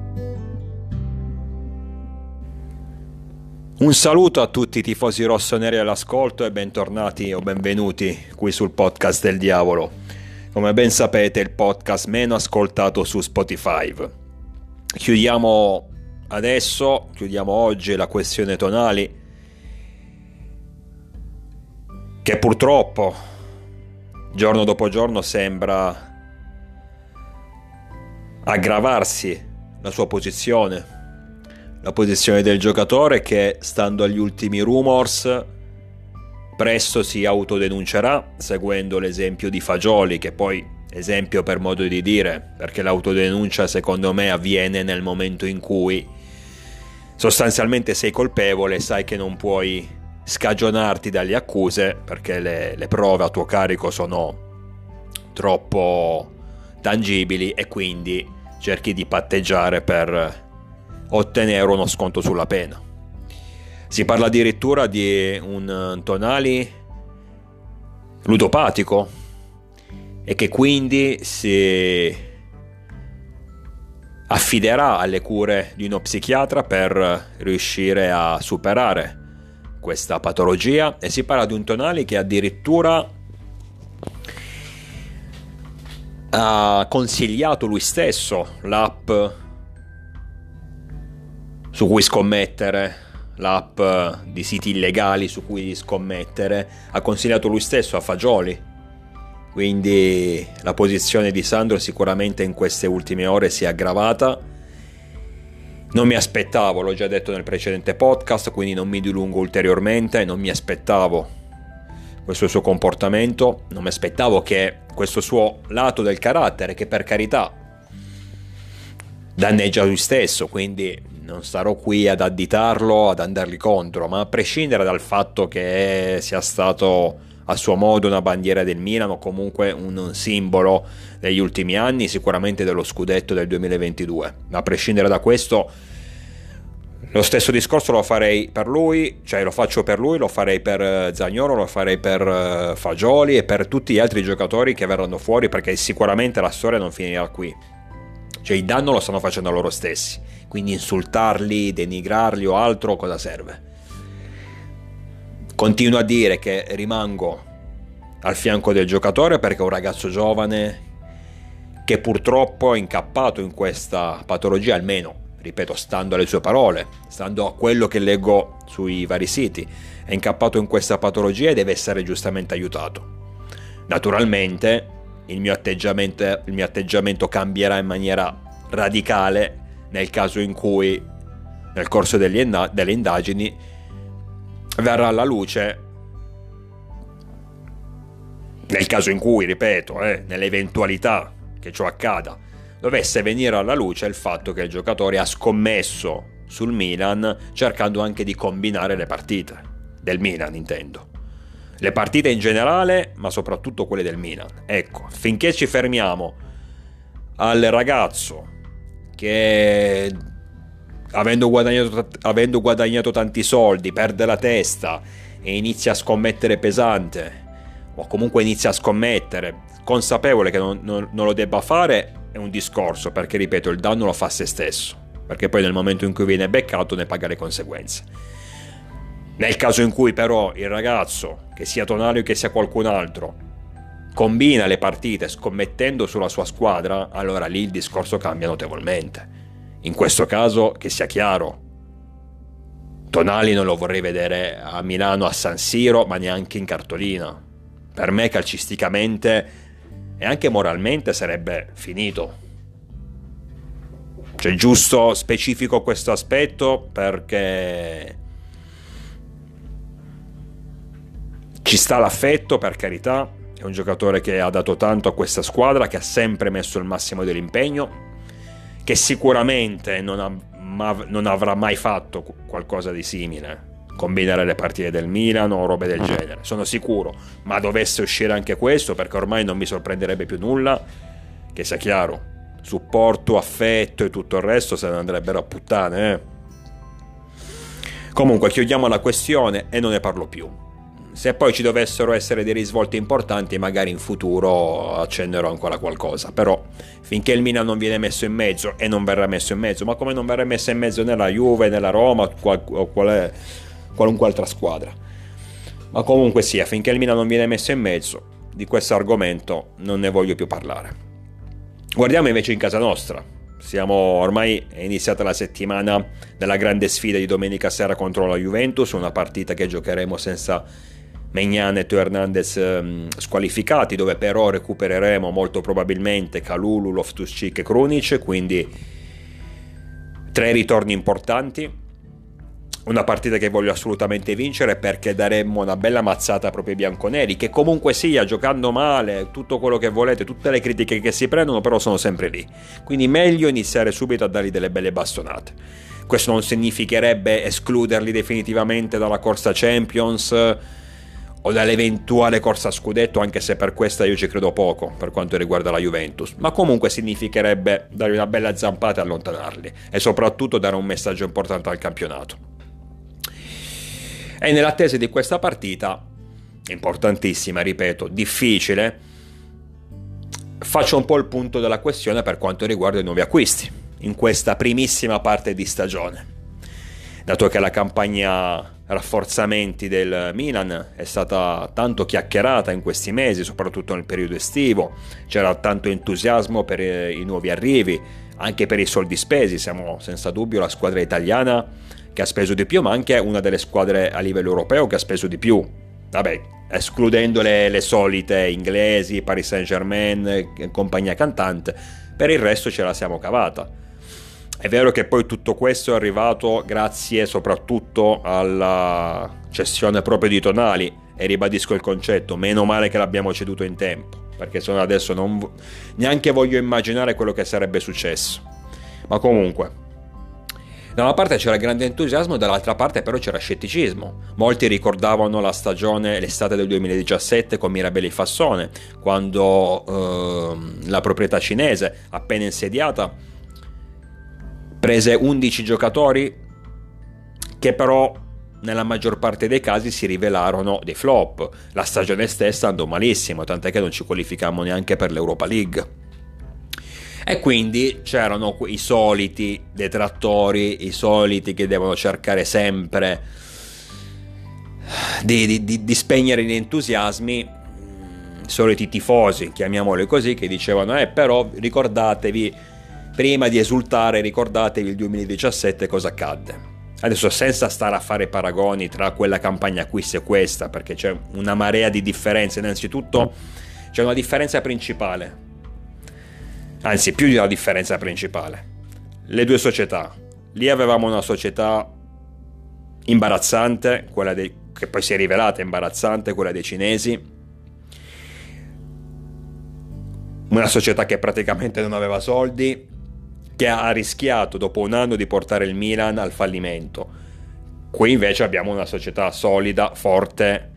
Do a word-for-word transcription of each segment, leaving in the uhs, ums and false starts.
Un saluto a tutti i tifosi rossoneri all'ascolto e bentornati o benvenuti qui sul podcast del diavolo. Come ben sapete, il podcast meno ascoltato su Spotify. Chiudiamo adesso, chiudiamo oggi la questione Tonali, che purtroppo giorno dopo giorno sembra aggravarsi la sua posizione. La posizione del giocatore che, stando agli ultimi rumors, presto si autodenuncerà, seguendo l'esempio di Fagioli, che poi esempio per modo di dire, perché l'autodenuncia secondo me avviene nel momento in cui sostanzialmente sei colpevole, sai che non puoi scagionarti dalle accuse perché le, le prove a tuo carico sono troppo tangibili e quindi cerchi di patteggiare per ottenere uno sconto sulla pena. Si parla addirittura di un Tonali ludopatico e che quindi si affiderà alle cure di uno psichiatra per riuscire a superare questa patologia, e si parla di un Tonali che addirittura ha consigliato lui stesso l'app su cui scommettere, l'app di siti illegali su cui scommettere, ha consigliato lui stesso a Fagioli. Quindi la posizione di Sandro sicuramente in queste ultime ore si è aggravata. Non mi aspettavo, l'ho già detto nel precedente podcast, quindi non mi dilungo ulteriormente, non mi aspettavo questo suo comportamento, non mi aspettavo che questo suo lato del carattere, che per carità danneggia lui stesso, quindi non starò qui ad additarlo, ad andargli contro, ma a prescindere dal fatto che sia stato a suo modo una bandiera del Milan o comunque un simbolo degli ultimi anni, sicuramente dello scudetto del duemilaventidue, ma a prescindere da questo lo stesso discorso lo farei per lui, cioè lo faccio per lui, lo farei per Zaniolo, lo farei per Fagioli e per tutti gli altri giocatori che verranno fuori, perché sicuramente la storia non finirà qui. Cioè il danno lo stanno facendo a loro stessi, quindi insultarli, denigrarli o altro cosa serve? Continuo a dire che rimango al fianco del giocatore perché è un ragazzo giovane che purtroppo è incappato in questa patologia, almeno, ripeto, stando alle sue parole, stando a quello che leggo sui vari siti, è incappato in questa patologia e deve essere giustamente aiutato. Naturalmente il mio atteggiamento, il mio atteggiamento cambierà in maniera radicale nel caso in cui nel corso delle, delle indagini verrà alla luce, nel caso in cui, ripeto, eh, nell'eventualità che ciò accada, dovesse venire alla luce il fatto che il giocatore ha scommesso sul Milan cercando anche di combinare le partite del Milan, intendo. Le partite in generale, ma soprattutto quelle del Milan. Ecco, finché ci fermiamo al ragazzo che avendo guadagnato, avendo guadagnato tanti soldi perde la testa e inizia a scommettere pesante, o comunque inizia a scommettere consapevole che non, non, non lo debba fare, è un discorso, perché ripeto, il danno lo fa a se stesso, perché poi nel momento in cui viene beccato ne paga le conseguenze. Nel caso in cui però il ragazzo, che sia Tonali o che sia qualcun altro, combina le partite scommettendo sulla sua squadra, allora lì il discorso cambia notevolmente. In questo caso, che sia chiaro, Tonali non lo vorrei vedere a Milano, a San Siro, ma neanche in cartolina. Per me calcisticamente e anche moralmente sarebbe finito. Cioè, giusto specifico questo aspetto perché ci sta l'affetto, per carità, è un giocatore che ha dato tanto a questa squadra, che ha sempre messo il massimo dell'impegno, che sicuramente non, ha, ma, non avrà mai fatto qualcosa di simile, combinare le partite del Milan o robe del genere, sono sicuro, ma dovesse uscire anche questo, perché ormai non mi sorprenderebbe più nulla, che sia chiaro, supporto, affetto e tutto il resto se ne andrebbero a puttane, eh? Comunque chiudiamo la questione e non ne parlo più. se poi ci dovessero essere dei risvolti importanti, magari in futuro accenderò ancora qualcosa, però finché il Milan non viene messo in mezzo, e non verrà messo in mezzo, ma come non verrà messo in mezzo nella Juve, nella Roma qual, o qual è, qualunque altra squadra, ma comunque sia, finché il Milan non viene messo in mezzo, di questo argomento non ne voglio più parlare. Guardiamo invece in casa nostra. Siamo ormai è iniziata la settimana della grande sfida di domenica sera contro la Juventus, una partita che giocheremo senza Maignan e Teo Hernandez ehm, squalificati, dove però recupereremo molto probabilmente Kalulu, Loftus-Cheek e Krunic, quindi tre ritorni importanti. Una partita che voglio assolutamente vincere, perché daremmo una bella mazzata proprio ai bianconeri, che comunque sia, giocando male, tutto quello che volete, tutte le critiche che si prendono, però sono sempre lì. Quindi meglio iniziare subito a dargli delle belle bastonate. Questo non significherebbe escluderli definitivamente dalla corsa Champions o dall'eventuale corsa scudetto, anche se per questa io ci credo poco per quanto riguarda la Juventus, ma comunque significherebbe dare una bella zampata e allontanarli, e soprattutto dare un messaggio importante al campionato. E nell'attesa di questa partita, importantissima, ripeto, difficile, faccio un po' il punto della questione per quanto riguarda i nuovi acquisti in questa primissima parte di stagione. Dato che la campagna rafforzamenti del Milan è stata tanto chiacchierata in questi mesi, soprattutto nel periodo estivo, c'era tanto entusiasmo per i nuovi arrivi, anche per i soldi spesi. Siamo senza dubbio la squadra italiana che ha speso di più, ma anche una delle squadre a livello europeo che ha speso di più, vabbè, escludendo le, le solite inglesi, Paris Saint-Germain e compagnia cantante. Per il resto ce la siamo cavata. È vero che poi tutto questo è arrivato grazie soprattutto alla cessione proprio di Tonali, e ribadisco il concetto, meno male che l'abbiamo ceduto in tempo, perché sono adesso non neanche voglio immaginare quello che sarebbe successo. Ma comunque, da una parte c'era grande entusiasmo, dall'altra parte però c'era scetticismo. Molti ricordavano la stagione, l'estate del duemiladiciassette con Mirabelli Fassone, quando eh, la proprietà cinese, appena insediata, prese undici giocatori che però nella maggior parte dei casi si rivelarono dei flop. La stagione stessa andò malissimo, tant'è che non ci qualificammo neanche per l'Europa League. E quindi c'erano i soliti detrattori, i soliti che devono cercare sempre di, di, di spegnere gli entusiasmi, i soliti tifosi, chiamiamoli così, che dicevano eh però ricordatevi, prima di esultare ricordatevi il duemiladiciassette cosa accadde. Adesso, senza stare a fare paragoni tra quella campagna acquisti e questa, perché c'è una marea di differenze. Innanzitutto c'è una differenza principale, anzi più di una differenza principale: le due società. Lì avevamo una società imbarazzante, quella dei, che poi si è rivelata imbarazzante, quella dei cinesi, una società che praticamente non aveva soldi, che ha rischiato dopo un anno di portare il Milan al fallimento. Qui invece abbiamo una società solida, forte,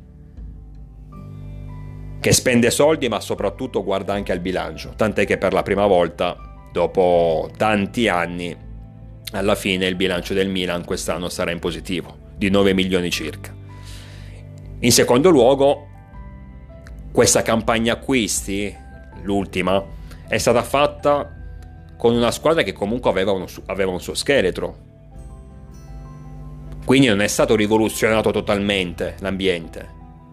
che spende soldi ma soprattutto guarda anche al bilancio, tant'è che per la prima volta dopo tanti anni alla fine il bilancio del Milan quest'anno sarà in positivo di nove milioni circa. In secondo luogo, questa campagna acquisti, l'ultima, è stata fatta con una squadra che comunque aveva, uno, aveva un suo scheletro, quindi non è stato rivoluzionato totalmente l'ambiente.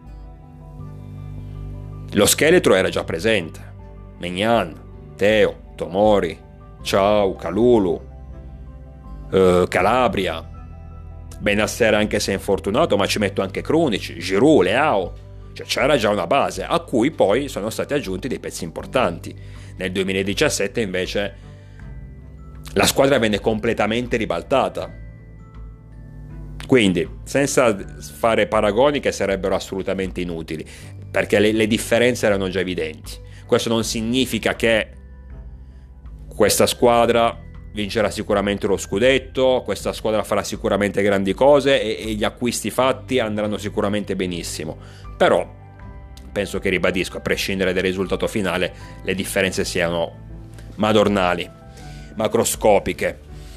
Lo scheletro era già presente: Maignan, Teo, Tomori, Ciao, Kalulu, eh, Calabria, Benasser anche se è infortunato, ma ci metto anche Krunic, Giroud, Leao. Cioè c'era già una base a cui poi sono stati aggiunti dei pezzi importanti. Nel duemiladiciassette invece la squadra venne completamente ribaltata, quindi senza fare paragoni che sarebbero assolutamente inutili, perché le, le differenze erano già evidenti. Questo non significa che questa squadra vincerà sicuramente lo scudetto, questa squadra farà sicuramente grandi cose e, e gli acquisti fatti andranno sicuramente benissimo, però penso che, ribadisco, a prescindere dal risultato finale, le differenze siano madornali, macroscopiche.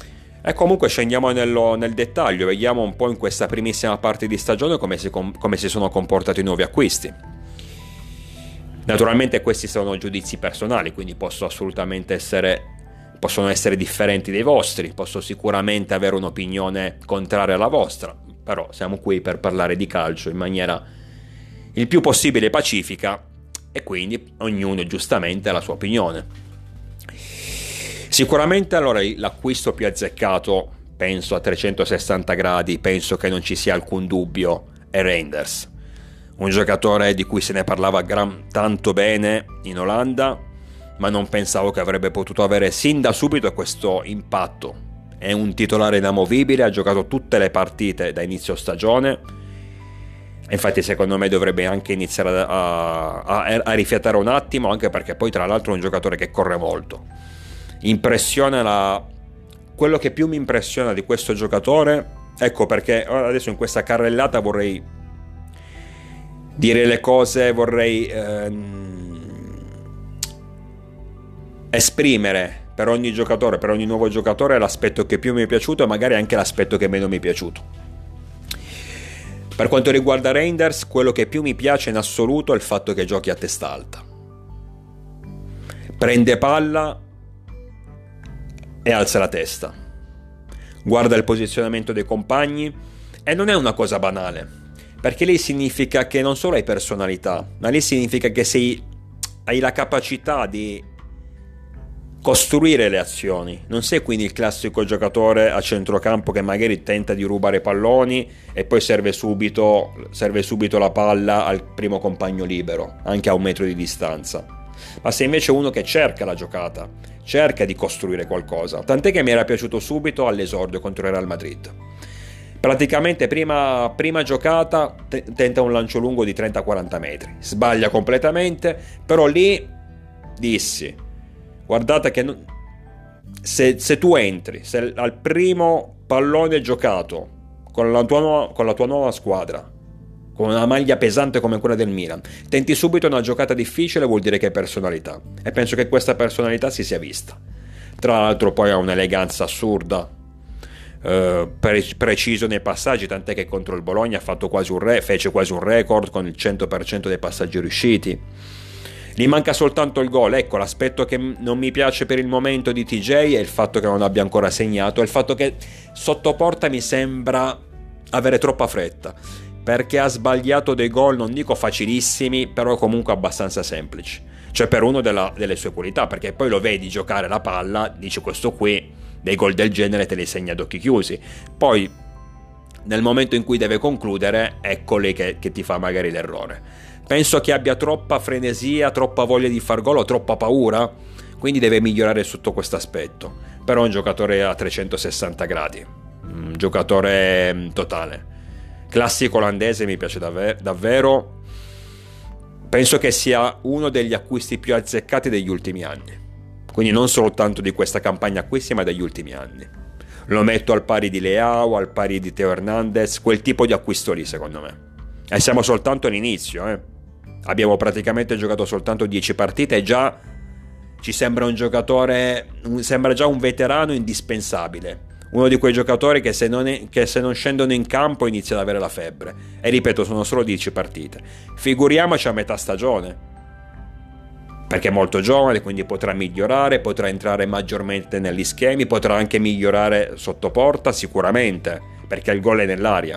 E comunque scendiamo nello, nel dettaglio, vediamo un po' in questa primissima parte di stagione come si, come si sono comportati i nuovi acquisti. Naturalmente questi sono giudizi personali, quindi posso assolutamente essere, possono essere differenti dai vostri, posso sicuramente avere un'opinione contraria alla vostra, però siamo qui per parlare di calcio in maniera il più possibile pacifica e quindi ognuno giustamente ha la sua opinione. Sicuramente allora l'acquisto più azzeccato, penso a trecentosessanta gradi, penso che non ci sia alcun dubbio, è Reinders. Un giocatore di cui se ne parlava gran tanto bene in Olanda, ma non pensavo che avrebbe potuto avere sin da subito questo impatto. È un titolare inamovibile, ha giocato tutte le partite da inizio stagione, infatti secondo me dovrebbe anche iniziare a, a, a rifiatare un attimo, anche perché poi tra l'altro è un giocatore che corre molto. Impressiona la... quello che più mi impressiona di questo giocatore, ecco perché adesso in questa carrellata vorrei dire le cose, vorrei ehm, esprimere per ogni giocatore, per ogni nuovo giocatore l'aspetto che più mi è piaciuto e magari anche l'aspetto che meno mi è piaciuto. Per quanto riguarda Reinders, quello che più mi piace in assoluto è il fatto che giochi a testa alta. Prende palla e alza la testa, guarda il posizionamento dei compagni e non è una cosa banale, perché lì significa che non solo hai personalità, ma lì significa che sei, hai la capacità di costruire le azioni. Non sei quindi il classico giocatore a centrocampo che magari tenta di rubare palloni e poi serve subito, serve subito la palla al primo compagno libero, anche a un metro di distanza. Ma sei invece uno che cerca la giocata, cerca di costruire qualcosa, tant'è che mi era piaciuto subito all'esordio contro il Real Madrid. Praticamente prima, prima giocata t- tenta un lancio lungo di trenta quaranta metri, sbaglia completamente, però lì dissi: guardate che non... se, se tu entri, se al primo pallone giocato con la tua nuova, con la tua nuova squadra, con una maglia pesante come quella del Milan, tenti subito una giocata difficile, vuol dire che hai personalità, e penso che questa personalità si sia vista. Tra l'altro poi ha un'eleganza assurda, eh, pre- preciso nei passaggi, tant'è che contro il Bologna ha fatto quasi un re- fece quasi un record con il cento per cento dei passaggi riusciti. Gli manca soltanto il gol. Ecco, l'aspetto che non mi piace per il momento di T J è il fatto che non abbia ancora segnato, è il fatto che sotto porta mi sembra avere troppa fretta, perché ha sbagliato dei gol, non dico facilissimi, però comunque abbastanza semplici, cioè per uno della, delle sue qualità, perché poi lo vedi giocare la palla, dici questo qui dei gol del genere te li segna ad occhi chiusi, poi nel momento in cui deve concludere ecco lì che, che ti fa magari l'errore. Penso che abbia troppa frenesia, troppa voglia di far gol o troppa paura, quindi deve migliorare sotto questo aspetto. Però è un giocatore a trecentosessanta gradi, un giocatore totale. Classico olandese, mi piace davvero, davvero. Penso che sia uno degli acquisti più azzeccati degli ultimi anni. Quindi non soltanto di questa campagna acquisti, ma degli ultimi anni. Lo metto al pari di Leao, al pari di Theo Hernandez, quel tipo di acquisto lì secondo me. E siamo soltanto all'inizio, eh. Abbiamo praticamente giocato soltanto dieci partite e già ci sembra un giocatore, sembra già un veterano indispensabile. Uno di quei giocatori che se, non è, che se non scendono in campo inizia ad avere la febbre. E ripeto, sono solo dieci partite. Figuriamoci a metà stagione, perché è molto giovane, quindi potrà migliorare, potrà entrare maggiormente negli schemi, potrà anche migliorare sotto porta sicuramente, perché il gol è nell'aria.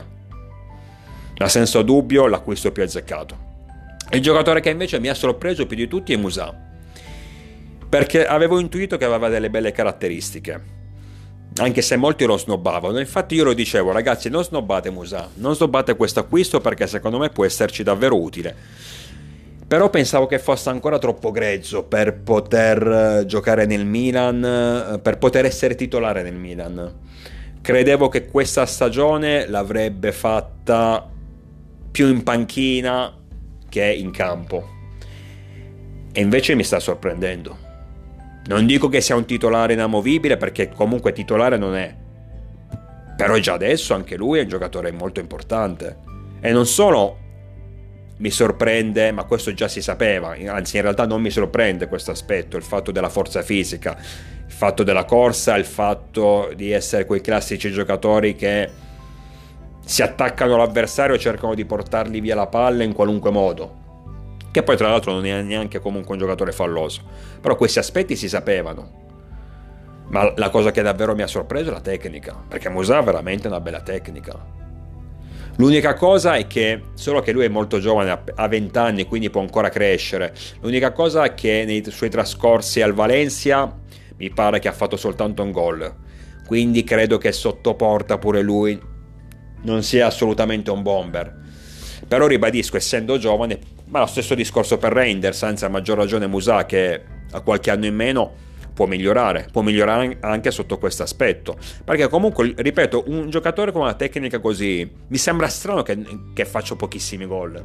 Ma senza dubbio l'acquisto più azzeccato. Il giocatore che invece mi ha sorpreso più di tutti è Musà, perché avevo intuito che aveva delle belle caratteristiche, anche se molti lo snobbavano. Infatti io lo dicevo: ragazzi, non snobbate Musà, non snobbate questo acquisto, perché secondo me può esserci davvero utile. Però pensavo che fosse ancora troppo grezzo per poter giocare nel Milan, per poter essere titolare nel Milan. Credevo che questa stagione l'avrebbe fatta più in panchina che in campo, e invece mi sta sorprendendo. Non dico che sia un titolare inamovibile, perché comunque titolare non è, però già adesso anche lui è un giocatore molto importante, e non solo mi sorprende, ma questo già si sapeva, anzi in realtà non mi sorprende questo aspetto, il fatto della forza fisica, il fatto della corsa, il fatto di essere quei classici giocatori che si attaccano all'avversario e cercano di portargli via la palla in qualunque modo, che poi tra l'altro non è neanche comunque un giocatore falloso, però questi aspetti si sapevano. Ma la cosa che davvero mi ha sorpreso è la tecnica, perché Musà ha veramente una bella tecnica. L'unica cosa è che, solo che lui è molto giovane, ha venti anni, quindi può ancora crescere. L'unica cosa è che nei suoi trascorsi al Valencia mi pare che ha fatto soltanto un gol, quindi credo che sotto porta pure lui non sia assolutamente un bomber. Però ribadisco, essendo giovane, ma lo stesso discorso per Reinders, anzi a maggior ragione Musà che ha qualche anno in meno, può migliorare, può migliorare anche sotto questo aspetto, perché comunque, ripeto, un giocatore con una tecnica così mi sembra strano che, che faccia pochissimi gol.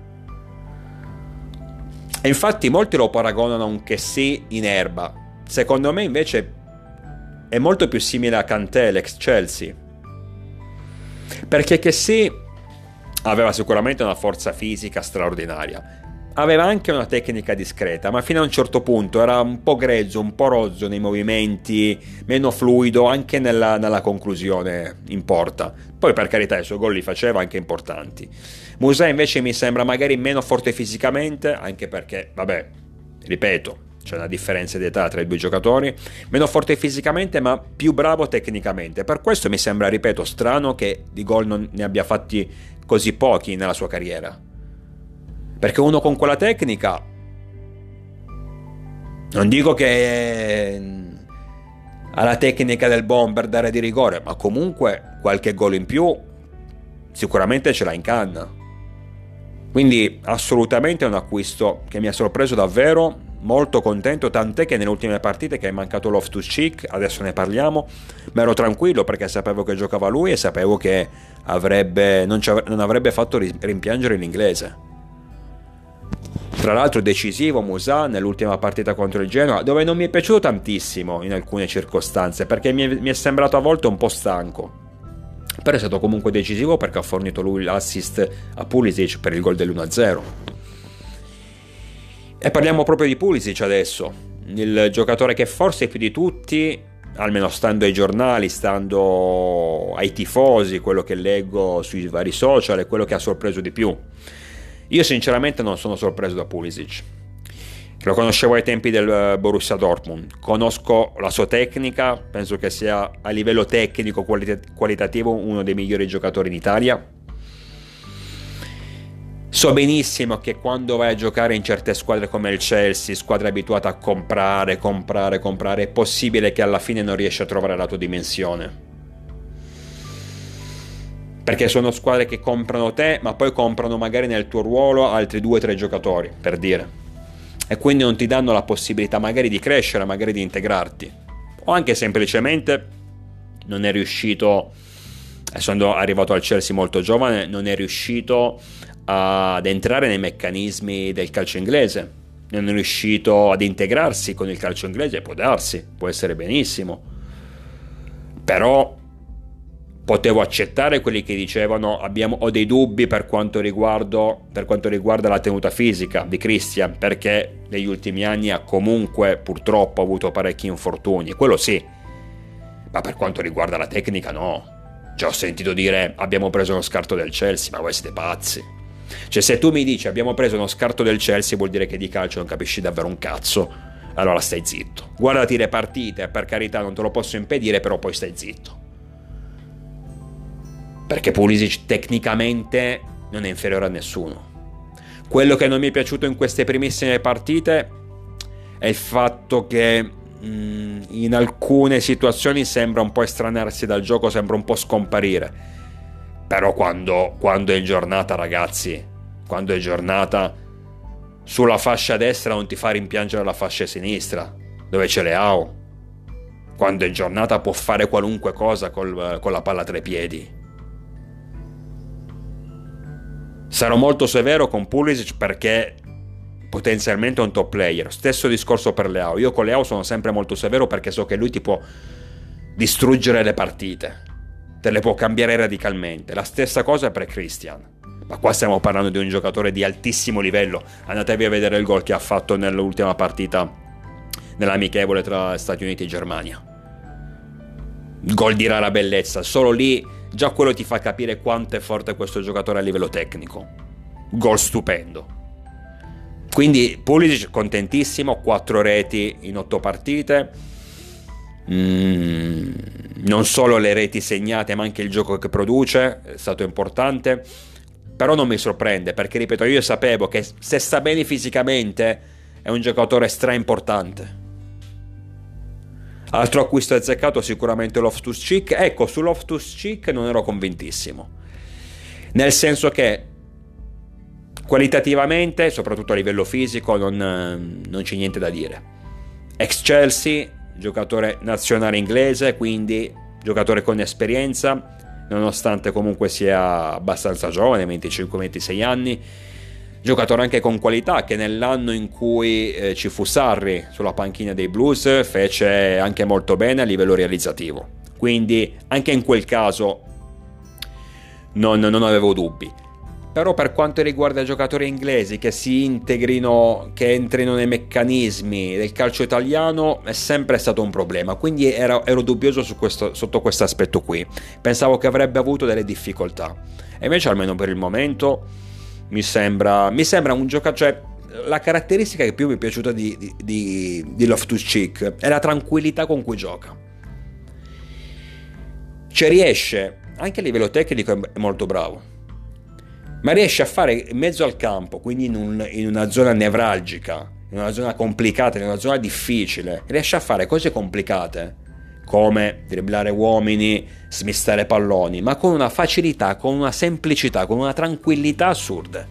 E infatti molti lo paragonano a un Kessie in erba, secondo me invece è molto più simile a Kanté, l'ex Chelsea, perché Kessie aveva sicuramente una forza fisica straordinaria, aveva anche una tecnica discreta, ma fino a un certo punto era un po' grezzo, un po' rozzo nei movimenti, meno fluido anche nella, nella conclusione in porta. Poi per carità i suoi gol li faceva anche importanti. Musà invece mi sembra magari meno forte fisicamente, anche perché, vabbè, ripeto, c'è una differenza di età tra i due giocatori, meno forte fisicamente ma più bravo tecnicamente. Per questo mi sembra, ripeto, strano che di gol non ne abbia fatti così pochi nella sua carriera. Perché uno con quella tecnica, non dico che ha la tecnica del bomber d'area di rigore, ma comunque qualche gol in più sicuramente ce l'ha in canna. Quindi assolutamente è un acquisto che mi ha sorpreso davvero, molto contento, tant'è che nelle ultime partite che è mancato Loftus-Cheek, adesso ne parliamo, ma ero tranquillo perché sapevo che giocava lui e sapevo che avrebbe, non, non avrebbe fatto rimpiangere l'inglese. Tra l'altro decisivo Musà nell'ultima partita contro il Genoa, dove non mi è piaciuto tantissimo in alcune circostanze, perché mi è, mi è sembrato a volte un po' stanco. Però è stato comunque decisivo perché ha fornito lui l'assist a Pulisic per il gol dell'uno a zero. E parliamo proprio di Pulisic adesso, il giocatore che forse più di tutti, almeno stando ai giornali, stando ai tifosi, quello che leggo sui vari social, è quello che ha sorpreso di più. Io sinceramente non sono sorpreso da Pulisic, lo conoscevo ai tempi del Borussia Dortmund, conosco la sua tecnica, penso che sia a livello tecnico qualitativo uno dei migliori giocatori in Italia. So benissimo che quando vai a giocare in certe squadre come il Chelsea, squadre abituate a comprare, comprare, comprare, è possibile che alla fine non riesci a trovare la tua dimensione. Perché sono squadre che comprano te, ma poi comprano magari nel tuo ruolo altri due o tre giocatori, per dire. E quindi non ti danno la possibilità magari di crescere, magari di integrarti. O anche semplicemente non è riuscito, essendo arrivato al Chelsea molto giovane, non è riuscito ad entrare nei meccanismi del calcio inglese. Non è riuscito ad integrarsi con il calcio inglese, può darsi, può essere benissimo. Però potevo accettare quelli che dicevano abbiamo, ho dei dubbi per quanto, riguardo, per quanto riguarda la tenuta fisica di Christian, perché negli ultimi anni ha comunque purtroppo avuto parecchi infortuni, quello sì, ma per quanto riguarda la tecnica no. Già ho sentito dire abbiamo preso uno scarto del Chelsea, ma voi siete pazzi. Cioè se tu mi dici abbiamo preso uno scarto del Chelsea vuol dire che di calcio non capisci davvero un cazzo, allora stai zitto, guardati le partite, per carità non te lo posso impedire, però poi stai zitto. Perché Pulisic tecnicamente non è inferiore a nessuno. Quello che non mi è piaciuto in queste primissime partite è il fatto che mh, in alcune situazioni sembra un po' estranearsi dal gioco, sembra un po' scomparire. Però quando, quando è giornata, ragazzi, quando è giornata, sulla fascia destra non ti fa rimpiangere la fascia sinistra, dove c'è Leao. Quando è giornata può fare qualunque cosa col, con la palla tra i piedi. Sarò molto severo con Pulisic perché potenzialmente è un top player. Stesso discorso per Leao. Io con Leao sono sempre molto severo perché so che lui ti può distruggere le partite, te le può cambiare radicalmente. La stessa cosa per Christian. Ma qua stiamo parlando di un giocatore di altissimo livello. Andatevi a vedere il gol che ha fatto nell'ultima partita, nell'amichevole tra Stati Uniti e Germania. Gol di rara bellezza. Solo lì già quello ti fa capire quanto è forte questo giocatore a livello tecnico. Gol stupendo. Quindi Pulisic contentissimo, quattro reti in otto partite. Mm, non solo le reti segnate, ma anche il gioco che produce è stato importante. Però non mi sorprende, perché ripeto, io sapevo che se sta bene fisicamente è un giocatore stra importante. Altro acquisto azzeccato sicuramente Loftus-Cheek. Ecco, su Loftus-Cheek non ero convintissimo, nel senso che qualitativamente, soprattutto a livello fisico, non, non c'è niente da dire. Ex Chelsea, giocatore nazionale inglese, quindi giocatore con esperienza, nonostante comunque sia abbastanza giovane, venticinque ventisei anni, giocatore anche con qualità, che nell'anno in cui eh, ci fu Sarri sulla panchina dei Blues fece anche molto bene a livello realizzativo, quindi anche in quel caso non, non avevo dubbi. Però per quanto riguarda i giocatori inglesi che si integrino, che entrino nei meccanismi del calcio italiano, è sempre stato un problema, quindi ero, ero dubbioso su questo, sotto questo aspetto qui. Pensavo che avrebbe avuto delle difficoltà, e invece almeno per il momento mi sembra, mi sembra un giocatore, cioè la caratteristica che più mi è piaciuta di, di, di, di Loftus-Cheek è la tranquillità con cui gioca. Cioè riesce, anche a livello tecnico è molto bravo, ma riesce a fare in mezzo al campo, quindi in, un, in una zona nevralgica, in una zona complicata, in una zona difficile, riesce a fare cose complicate, come dribblare uomini, smistare palloni, ma con una facilità, con una semplicità, con una tranquillità assurde.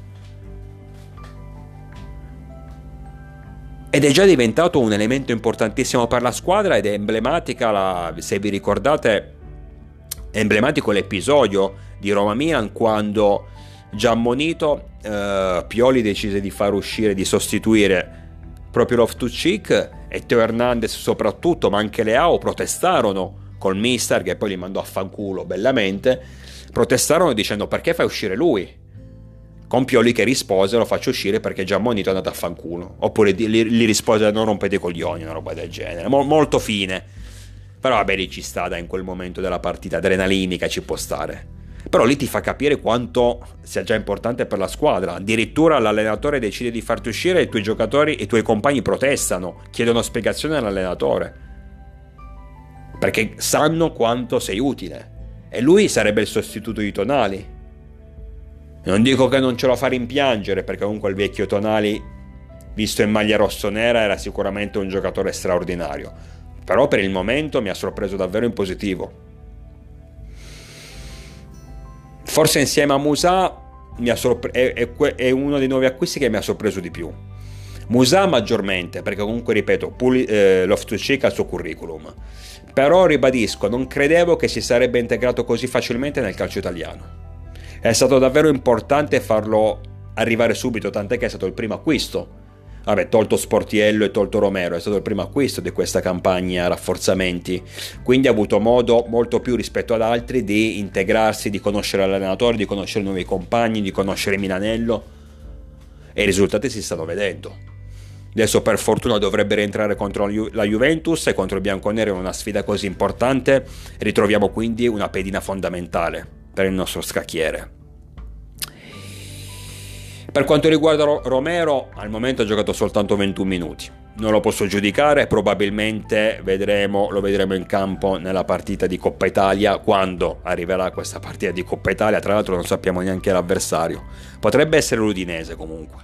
Ed è già diventato un elemento importantissimo per la squadra, ed è emblematica, la, se vi ricordate, è emblematico l'episodio di Roma-Milan quando, già ammonito, eh, Pioli decise di far uscire, di sostituire proprio Loftus-Cheek, e Teo Hernandez soprattutto, ma anche Leao protestarono col mister, che poi li mandò a fanculo bellamente. Protestarono dicendo: perché fai uscire lui? Con Pioli che rispose: lo faccio uscire perché già ammonito è andato a fanculo. Oppure gli, gli rispose: non rompete i coglioni, una roba del genere. Mo, molto fine. Però vabbè, lì ci sta, da in quel momento della partita adrenalinica ci può stare. Però lì ti fa capire quanto sia già importante per la squadra. Addirittura l'allenatore decide di farti uscire e i tuoi giocatori e i tuoi compagni protestano, chiedono spiegazioni all'allenatore, perché sanno quanto sei utile. E lui sarebbe il sostituto di Tonali. Non dico che non ce lo fa rimpiangere, perché comunque il vecchio Tonali, visto in maglia rossonera, era sicuramente un giocatore straordinario. Però per il momento mi ha sorpreso davvero in positivo. Forse insieme a Musà mi ha sorpre- è, è, è uno dei nuovi acquisti che mi ha sorpreso di più. Musà maggiormente, perché comunque ripeto, Puli- eh, Loftus-Cheek ha il suo curriculum. Però ribadisco, non credevo che si sarebbe integrato così facilmente nel calcio italiano. È stato davvero importante farlo arrivare subito, tant'è che è stato il primo acquisto. Vabbè, tolto Sportiello e tolto Romero, è stato il primo acquisto di questa campagna rafforzamenti, quindi ha avuto modo molto più rispetto ad altri di integrarsi, di conoscere l'allenatore, di conoscere nuovi compagni, di conoscere Milanello, e i risultati si stanno vedendo. Adesso per fortuna dovrebbe rientrare contro la Juventus, e contro il bianconero in una sfida così importante ritroviamo quindi una pedina fondamentale per il nostro scacchiere. Per quanto riguarda Romero, al momento ha giocato soltanto ventuno minuti. Non lo posso giudicare, probabilmente vedremo, lo vedremo in campo nella partita di Coppa Italia, quando arriverà questa partita di Coppa Italia. Tra l'altro non sappiamo neanche l'avversario. Potrebbe essere l'Udinese comunque.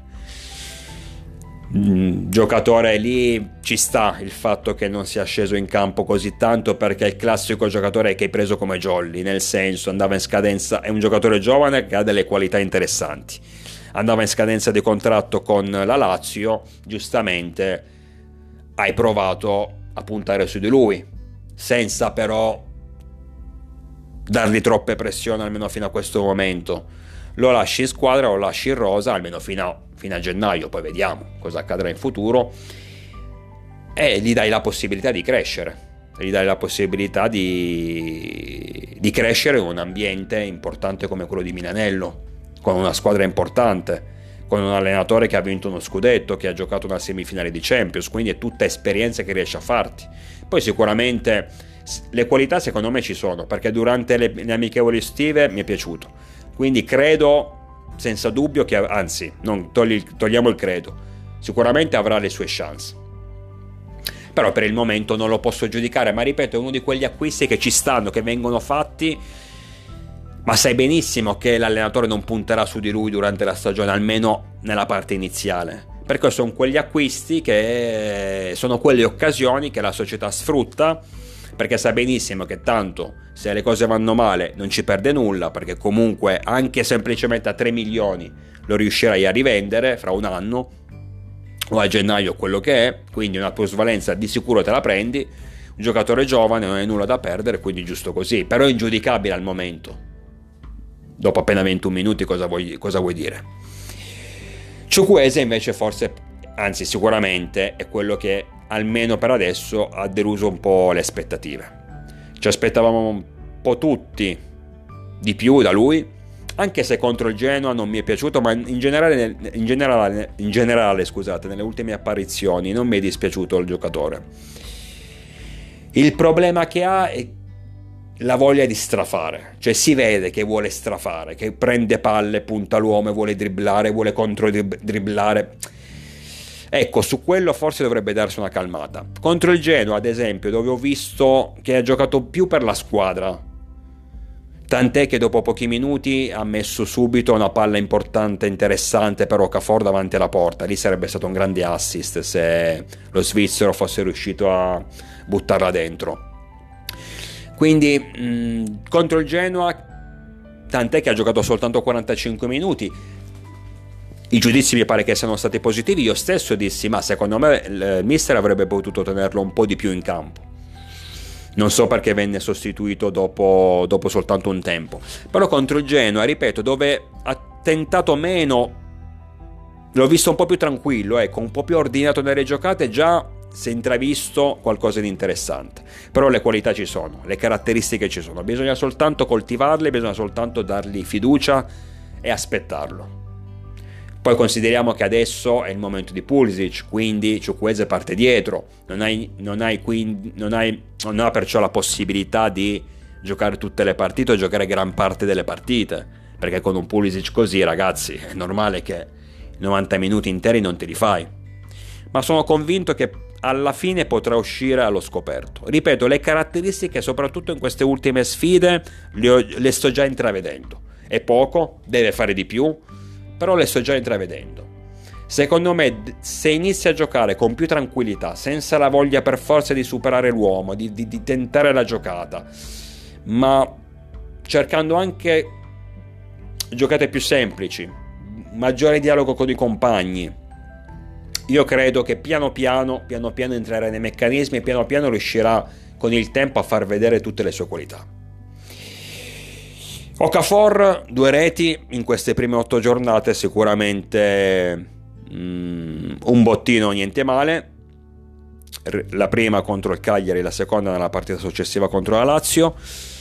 Mm, giocatore lì, ci sta il fatto che non sia sceso in campo così tanto, perché è il classico giocatore che hai preso come jolly, nel senso andava in scadenza, è un giocatore giovane che ha delle qualità interessanti. Andava in scadenza di contratto con la Lazio, giustamente hai provato a puntare su di lui, senza però dargli troppe pressioni, almeno fino a questo momento. Lo lasci in squadra, lo lasci in rosa, almeno fino a, fino a gennaio, poi vediamo cosa accadrà in futuro, e gli dai la possibilità di crescere, gli dai la possibilità di, di crescere in un ambiente importante come quello di Milanello, con una squadra importante, con un allenatore che ha vinto uno scudetto, che ha giocato una semifinale di Champions, quindi è tutta esperienza che riesce a farti. Poi sicuramente le qualità secondo me ci sono, perché durante le, le amichevoli estive mi è piaciuto, quindi credo senza dubbio che, anzi non togli, togliamo il credo, sicuramente avrà le sue chance. Però per il momento non lo posso giudicare, ma ripeto, è uno di quegli acquisti che ci stanno, che vengono fatti, ma sai benissimo che l'allenatore non punterà su di lui durante la stagione, almeno nella parte iniziale, perché sono quegli acquisti che sono quelle occasioni che la società sfrutta, perché sa benissimo che tanto se le cose vanno male non ci perde nulla, perché comunque anche semplicemente a tre milioni lo riuscirai a rivendere fra un anno o a gennaio, quello che è, quindi una plusvalenza di sicuro te la prendi. Un giocatore giovane, non hai nulla da perdere, quindi giusto così, però è ingiudicabile al momento. Dopo appena ventuno minuti cosa vuoi, cosa vuoi dire? Chukwueze invece forse, anzi sicuramente, è quello che almeno per adesso ha deluso un po' le aspettative. Ci aspettavamo un po' tutti di più da lui, anche se contro il Genoa non mi è piaciuto, ma in generale, in generale, in generale scusate, nelle ultime apparizioni non mi è dispiaciuto il giocatore. Il problema che ha è la voglia di strafare, cioè si vede che vuole strafare, che prende palle, punta l'uomo, vuole dribblare, vuole contro-dribblare. Ecco, su quello forse dovrebbe darsi una calmata. Contro il Genoa, ad esempio, dove ho visto che ha giocato più per la squadra, tant'è che dopo pochi minuti ha messo subito una palla importante, interessante per Okafor davanti alla porta. Lì sarebbe stato un grande assist se lo svizzero fosse riuscito a buttarla dentro. Quindi mh, contro il Genoa, tant'è che ha giocato soltanto quarantacinque minuti, i giudizi mi pare che siano stati positivi. Io stesso dissi, ma secondo me il mister avrebbe potuto tenerlo un po' di più in campo. Non so perché venne sostituito dopo, dopo soltanto un tempo. Però contro il Genoa, ripeto, dove ha tentato meno, l'ho visto un po' più tranquillo, ecco, un po' più ordinato nelle giocate, già si è intravisto qualcosa di interessante. Però le qualità ci sono, le caratteristiche ci sono, bisogna soltanto coltivarle, bisogna soltanto dargli fiducia e aspettarlo. Poi consideriamo che adesso è il momento di Pulisic, quindi Chukwueze parte dietro, non hai, non hai, quindi, non hai non ha perciò la possibilità di giocare tutte le partite o giocare gran parte delle partite, perché con un Pulisic così, ragazzi, è normale che novanta minuti interi non te li fai. Ma sono convinto che alla fine potrà uscire allo scoperto. Ripeto, le caratteristiche, soprattutto in queste ultime sfide, le, ho, le sto già intravedendo. È poco, deve fare di più, però le sto già intravedendo. Secondo me, se inizia a giocare con più tranquillità, senza la voglia per forza di superare l'uomo, di, di, di tentare la giocata, ma cercando anche giocate più semplici, maggiore dialogo con i compagni, io credo che piano piano, piano piano entrerà nei meccanismi e piano piano riuscirà con il tempo a far vedere tutte le sue qualità. Okafor, due reti in queste prime otto giornate, sicuramente mm, un bottino niente male, la prima contro il Cagliari, la seconda nella partita successiva contro la Lazio.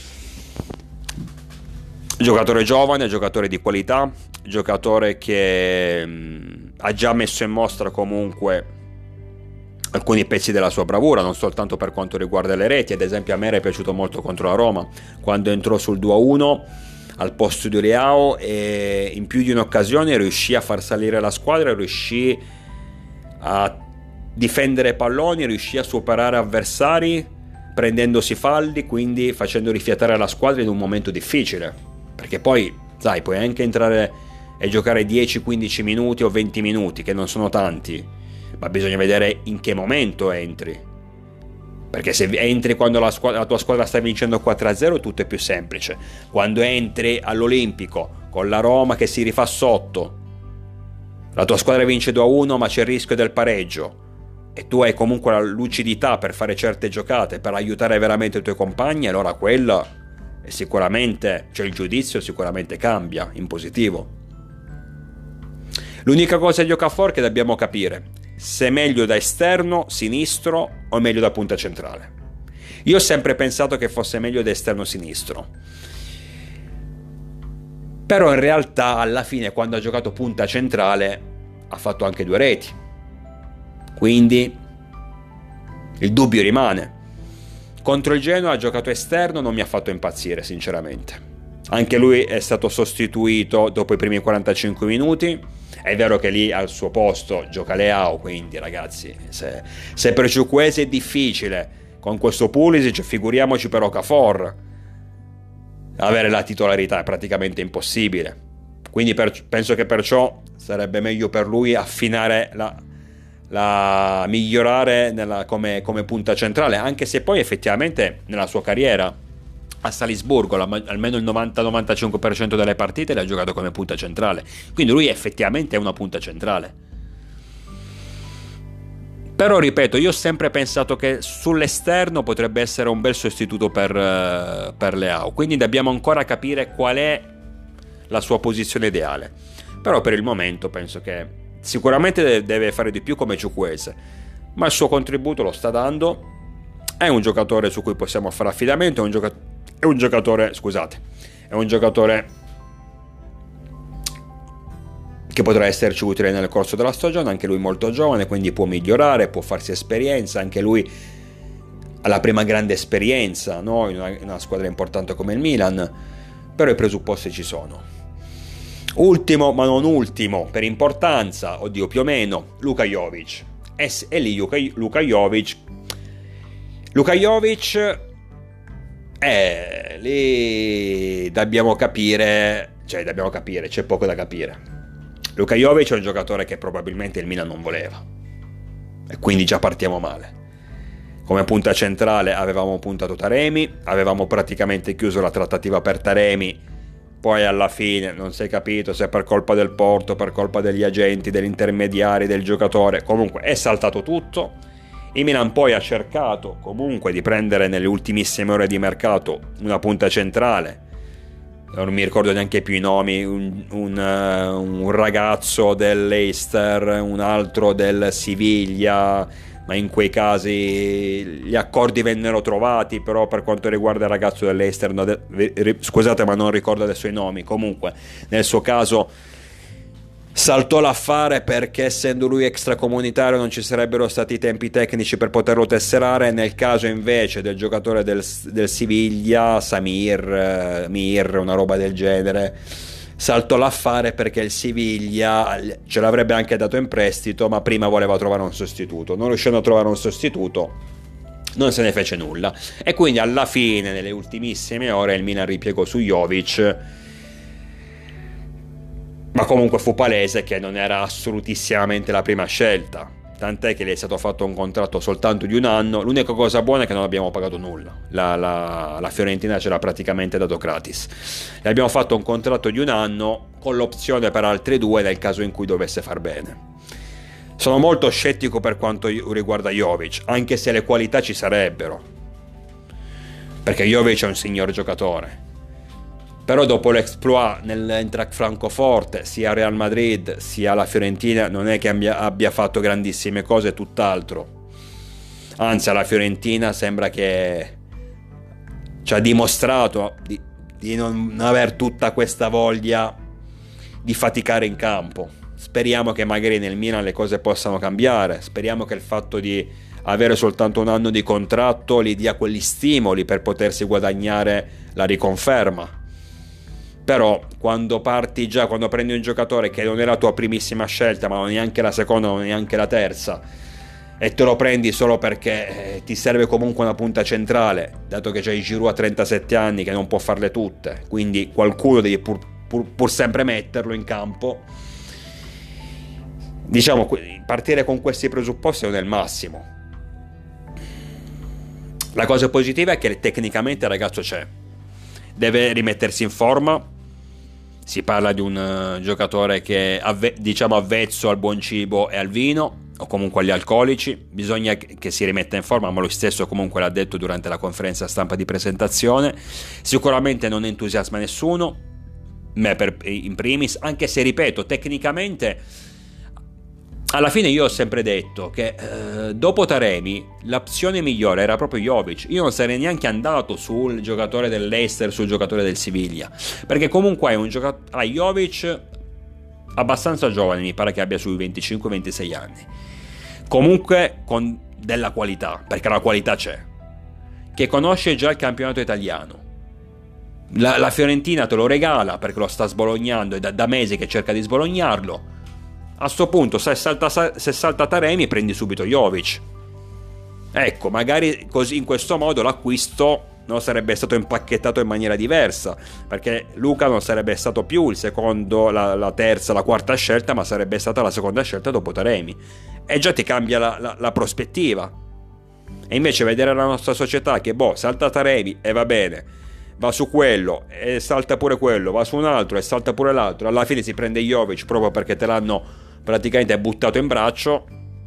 Giocatore giovane, giocatore di qualità, giocatore che mh, ha già messo in mostra comunque alcuni pezzi della sua bravura, non soltanto per quanto riguarda le reti. Ad esempio a me era piaciuto molto contro la Roma, quando entrò sul due a uno al posto di Leao e in più di un'occasione riuscì a far salire la squadra, riuscì a difendere palloni, riuscì a superare avversari prendendosi falli, quindi facendo rifiatare la squadra in un momento difficile. Perché poi, sai, puoi anche entrare e giocare dieci quindici minuti o venti minuti, che non sono tanti, ma bisogna vedere in che momento entri. Perché se entri quando la, squadra, la tua squadra sta vincendo quattro a zero tutto è più semplice. Quando entri all'Olimpico con la Roma che si rifà sotto, la tua squadra vince due a uno ma c'è il rischio del pareggio e tu hai comunque la lucidità per fare certe giocate, per aiutare veramente i tuoi compagni, allora quella è sicuramente, cioè il giudizio sicuramente cambia in positivo. L'unica cosa di Okafor che dobbiamo capire se è meglio da esterno, sinistro o meglio da punta centrale. Io ho sempre pensato che fosse meglio da esterno sinistro. Però in realtà alla fine, quando ha giocato punta centrale, ha fatto anche due reti, quindi il dubbio rimane. Contro il Genoa ha giocato esterno, non mi ha fatto impazzire sinceramente. Anche lui è stato sostituito dopo i primi quarantacinque minuti. È vero che lì al suo posto gioca Leao, quindi ragazzi, se, se per Chukwueze è difficile con questo Pulisic, figuriamoci per Okafor. Avere la titolarità è praticamente impossibile. Quindi per, penso che perciò sarebbe meglio per lui affinare la, la migliorare nella, come, come punta centrale, anche se poi effettivamente nella sua carriera a Salisburgo la, almeno il novanta novantacinque per cento delle partite le ha giocato come punta centrale, quindi lui effettivamente è una punta centrale. Però ripeto, io ho sempre pensato che sull'esterno potrebbe essere un bel sostituto per, uh, per Leao, quindi dobbiamo ancora capire qual è la sua posizione ideale. Però per il momento penso che sicuramente deve fare di più come Chukwueze, ma il suo contributo lo sta dando. È un giocatore su cui possiamo fare affidamento, è un giocatore È un giocatore, scusate, è un giocatore che potrà esserci utile nel corso della stagione, anche lui molto giovane, quindi può migliorare, può farsi esperienza, anche lui ha la prima grande esperienza, no? in, una, in una squadra importante come il Milan, però i presupposti ci sono. Ultimo, ma non ultimo, per importanza, oddio più o meno, Luka Jovic. E, e lì Luka, Luka Jovic, Luka Jovic... Eh, lì dobbiamo capire, cioè dobbiamo capire, c'è poco da capire. Luka Jovic è un giocatore che probabilmente il Milan non voleva, e quindi già partiamo male. Come punta centrale avevamo puntato Taremi, avevamo praticamente chiuso la trattativa per Taremi, poi alla fine non si è capito se per colpa del Porto, per colpa degli agenti, degli intermediari, del giocatore, comunque è saltato tutto. Il Milan poi ha cercato comunque di prendere nelle ultimissime ore di mercato una punta centrale, non mi ricordo neanche più i nomi, un, un, uh, un ragazzo dell'Leicester, un altro del Siviglia, ma in quei casi gli accordi vennero trovati. Però per quanto riguarda il ragazzo dell'Leicester, no, de, scusate ma non ricordo adesso i nomi, comunque nel suo caso saltò l'affare perché essendo lui extracomunitario non ci sarebbero stati i tempi tecnici per poterlo tesserare. Nel caso invece del giocatore del, del Siviglia, Samir, Mir, una roba del genere, saltò l'affare perché il Siviglia ce l'avrebbe anche dato in prestito, ma prima voleva trovare un sostituto. Non riuscendo a trovare un sostituto non se ne fece nulla, e quindi alla fine, nelle ultimissime ore, il Milan ripiegò su Jovic. Ma comunque fu palese che non era assolutissimamente la prima scelta, tant'è che gli è stato fatto un contratto soltanto di un anno. L'unica cosa buona è che non abbiamo pagato nulla, la, la, la Fiorentina ce l'ha praticamente dato gratis. Le abbiamo fatto un contratto di un anno con l'opzione per altri due nel caso in cui dovesse far bene. Sono molto scettico per quanto riguarda Jovic, anche se le qualità ci sarebbero, perché Jovic è un signor giocatore. Però dopo l'exploit nell'Eintracht Francoforte, sia Real Madrid sia la Fiorentina, non è che abbia, abbia fatto grandissime cose, tutt'altro. Anzi, alla Fiorentina sembra che ci ha dimostrato di, di non aver tutta questa voglia di faticare in campo. Speriamo che magari nel Milan le cose possano cambiare, speriamo che il fatto di avere soltanto un anno di contratto gli dia quegli stimoli per potersi guadagnare la riconferma. Però quando parti già, quando prendi un giocatore che non è la tua primissima scelta, ma non è neanche la seconda, non è neanche la terza, e te lo prendi solo perché eh, ti serve comunque una punta centrale, dato che c'hai Giroud a trentasette anni che non può farle tutte, quindi qualcuno devi pur, pur, pur sempre metterlo in campo. Diciamo, partire con questi presupposti non è il massimo. La cosa positiva è che tecnicamente il ragazzo c'è, deve rimettersi in forma. Si parla di un uh, giocatore che avve- diciamo avvezzo al buon cibo e al vino, o comunque agli alcolici. Bisogna che si rimetta in forma, ma lui stesso comunque l'ha detto durante la conferenza stampa di presentazione. Sicuramente non entusiasma nessuno, me per, in primis, anche se ripeto, tecnicamente alla fine io ho sempre detto che eh, dopo Taremi l'opzione migliore era proprio Jovic. Io non sarei neanche andato sul giocatore dell'Leicester, sul giocatore del Siviglia, perché comunque è un giocatore, ah, Jovic abbastanza giovane, mi pare che abbia sui venticinque ventisei anni, comunque con della qualità, perché la qualità c'è, che conosce già il campionato italiano. La, la Fiorentina te lo regala perché lo sta sbolognando, e da, da mesi che cerca di sbolognarlo. A sto punto, se salta, se salta Taremi, prendi subito Jovic. Ecco, magari così, in questo modo l'acquisto non sarebbe stato impacchettato in maniera diversa, perché Luka non sarebbe stato più il secondo, la, la terza, la quarta scelta, ma sarebbe stata la seconda scelta dopo Taremi, e già ti cambia la, la, la prospettiva. E invece vedere la nostra società che boh, salta Taremi e va bene, va su quello e salta pure quello, va su un altro e salta pure l'altro, alla fine si prende Jovic proprio perché te l'hanno praticamente buttato in braccio,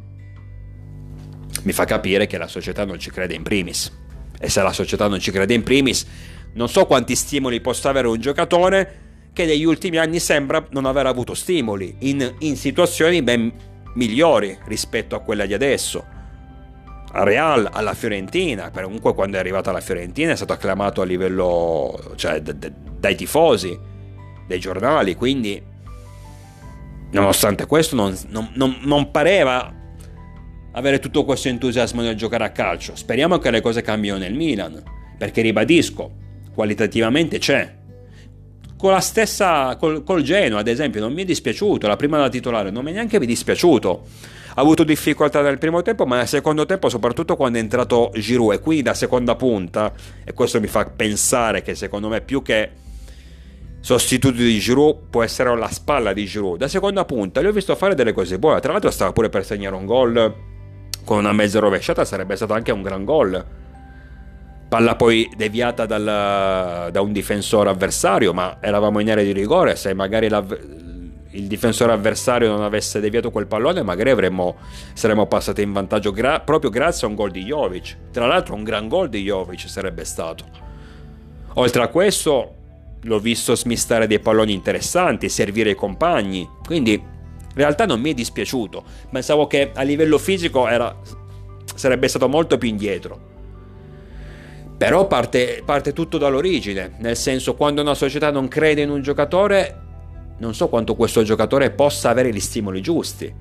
mi fa capire che la società non ci crede in primis. E se la società non ci crede in primis, non so quanti stimoli possa avere un giocatore che negli ultimi anni sembra non aver avuto stimoli in, in situazioni ben migliori rispetto a quella di adesso. A Real, alla Fiorentina, per comunque quando è arrivato alla Fiorentina è stato acclamato a livello, cioè d- d- dai tifosi, dai giornali, quindi nonostante questo non, non, non, non pareva avere tutto questo entusiasmo nel giocare a calcio. Speriamo che le cose cambino nel Milan, perché ribadisco, qualitativamente c'è. Con la stessa, col, col Genoa ad esempio non mi è dispiaciuto, la prima da titolare non mi è neanche dispiaciuto. Ha avuto difficoltà nel primo tempo, ma nel secondo tempo, soprattutto quando è entrato Giroud, e quindi da seconda punta, e questo mi fa pensare che secondo me più che sostituto di Giroud può essere la spalla di Giroud, da seconda punta li ho visto fare delle cose buone. Tra l'altro stava pure per segnare un gol con una mezza rovesciata, sarebbe stato anche un gran gol. Palla poi deviata dal, da un difensore avversario, ma eravamo in area di rigore. Se magari il difensore avversario non avesse deviato quel pallone, magari avremmo, saremmo passati in vantaggio gra- proprio grazie a un gol di Jovic. Tra l'altro un gran gol di Jovic sarebbe stato. Oltre a questo l'ho visto smistare dei palloni interessanti, servire i compagni, quindi in realtà non mi è dispiaciuto. Pensavo che a livello fisico era, sarebbe stato molto più indietro, però parte, parte tutto dall'origine, nel senso, quando una società non crede in un giocatore, non so quanto questo giocatore possa avere gli stimoli giusti.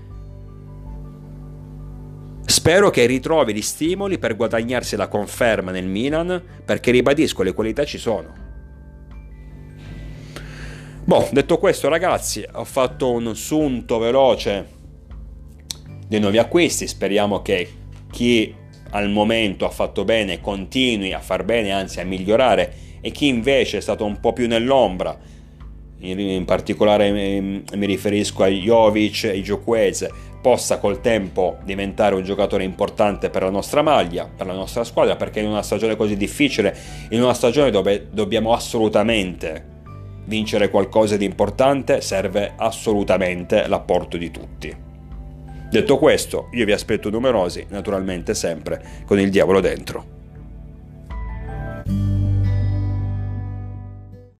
Spero che ritrovi gli stimoli per guadagnarsi la conferma nel Milan, perché ribadisco, le qualità ci sono. Boh, detto questo ragazzi, ho fatto un sunto veloce dei nuovi acquisti. Speriamo che chi al momento ha fatto bene continui a far bene, anzi a migliorare, e chi invece è stato un po' più nell'ombra, in, in particolare mi, mi riferisco a Jovic e Gioqueze, possa col tempo diventare un giocatore importante per la nostra maglia, per la nostra squadra, perché in una stagione così difficile, in una stagione dove dobbiamo assolutamente vincere qualcosa di importante, serve assolutamente l'apporto di tutti. Detto questo, io vi aspetto numerosi, naturalmente sempre con il diavolo dentro.